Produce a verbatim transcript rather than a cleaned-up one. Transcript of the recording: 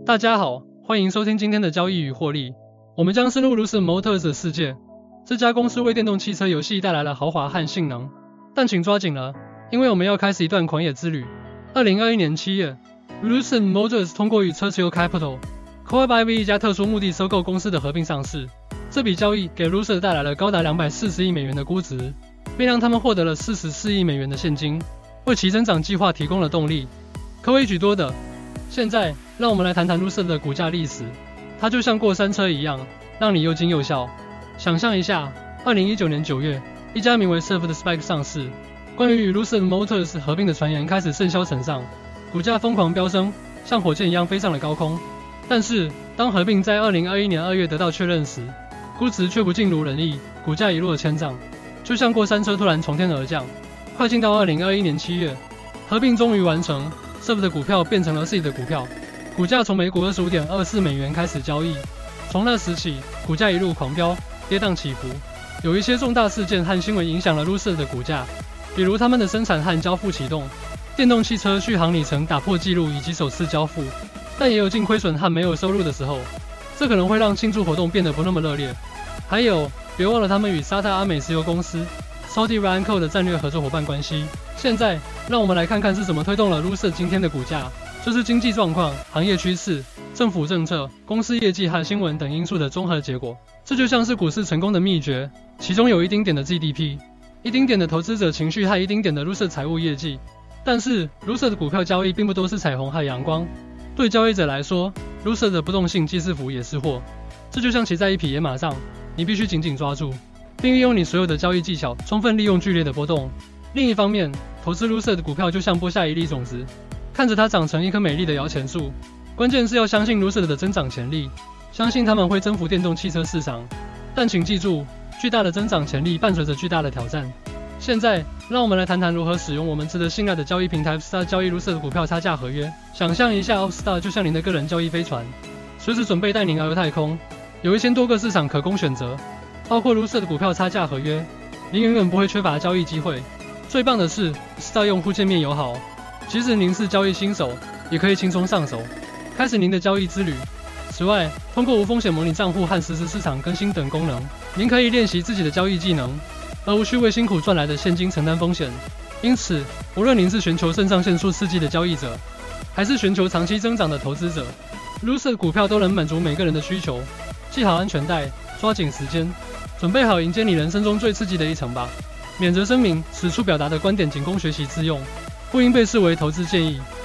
大家好，欢迎收听今天的交易与获利。我们将深入 Lucid Motors 的世界。这家公司为电动汽车游戏带来了豪华和性能，但请抓紧了，因为我们要开始一段狂野之旅。二零二一年七月 ，Lucid Motors 通过与 Churchill Capital、Co-op I V 一家特殊目的收购公司的合并上市。这笔交易给 Lucid 带来了高达两百四十亿美元的估值，并让他们获得了四十四亿美元的现金，为其增长计划提供了动力。可谓许多的。现在，让我们来谈谈 Lucid 的股价历史。它就像过山车一样，让你又惊又笑。想象一下，二零一九年九月，一家名为 Surf 的 SPAC 上市，关于与 Lucid Motors 合并的传言开始甚嚣尘上，股价疯狂飙升，像火箭一样飞上了高空。但是，当合并在二零二一年二月得到确认时，估值却不尽如人意，股价一落千丈，就像过山车突然从天而降。快进到二零二一年七月，合并终于完成。Surf 的股票变成了 Seed 的股票，股价从每股 二十五点二四美元开始交易。从那时起，股价一路狂飙，跌宕起伏。有一些重大事件和新闻影响了 Lucid 的股价，比如他们的生产和交付启动，电动汽车续航里程打破纪录以及首次交付。但也有净亏损和没有收入的时候，这可能会让庆祝活动变得不那么热烈。还有，别忘了他们与沙特阿美石油公司 Saudi Aramco 的战略合作伙伴关系。现在，让我们来看看是怎么推动了 Lucid 今天的股价。这是经济状况、行业趋势、政府政策、公司业绩和新闻等因素的综合结果。这就像是股市成功的秘诀，其中有一丁点的 G D P， 一丁点的投资者情绪和一丁点的 Lucid 财务业绩。但是 Lucid 的股票交易并不都是彩虹和阳光。对交易者来说 ，Lucid 的不动性既是福也是祸。这就像骑在一匹野马上，你必须紧紧抓住，并运用你所有的交易技巧，充分利用剧烈的波动。另一方面，投资 Lucid 的股票就像播下一粒种子，看着它长成一棵美丽的摇钱树。关键是要相信 Lucid 的增长潜力，相信他们会征服电动汽车市场。但请记住，巨大的增长潜力伴随着巨大的挑战。现在，让我们来谈谈如何使用我们值得信赖的交易平台 Upstart 交易 Lucid 的股票差价合约。想象一下 Upstart 就像您的个人交易飞船，随时准备带您遨游太空。有一千多个市场可供选择，包括 Lucid 的股票差价合约，您永远不会缺乏交易机会。最棒的是 ，Upstart 用户界面友好，即使您是交易新手，也可以轻松上手，开始您的交易之旅。此外，通过无风险模拟账户和实时市场更新等功能，您可以练习自己的交易技能，而无需为辛苦赚来的现金承担风险。因此，无论您是寻求肾上腺素刺激的交易者，还是寻求长期增长的投资者 ，Lucid 股票都能满足每个人的需求。系好安全带，抓紧时间，准备好迎接你人生中最刺激的一程吧。免责声明：此处表达的观点仅供学习之用，不应被视为投资建议。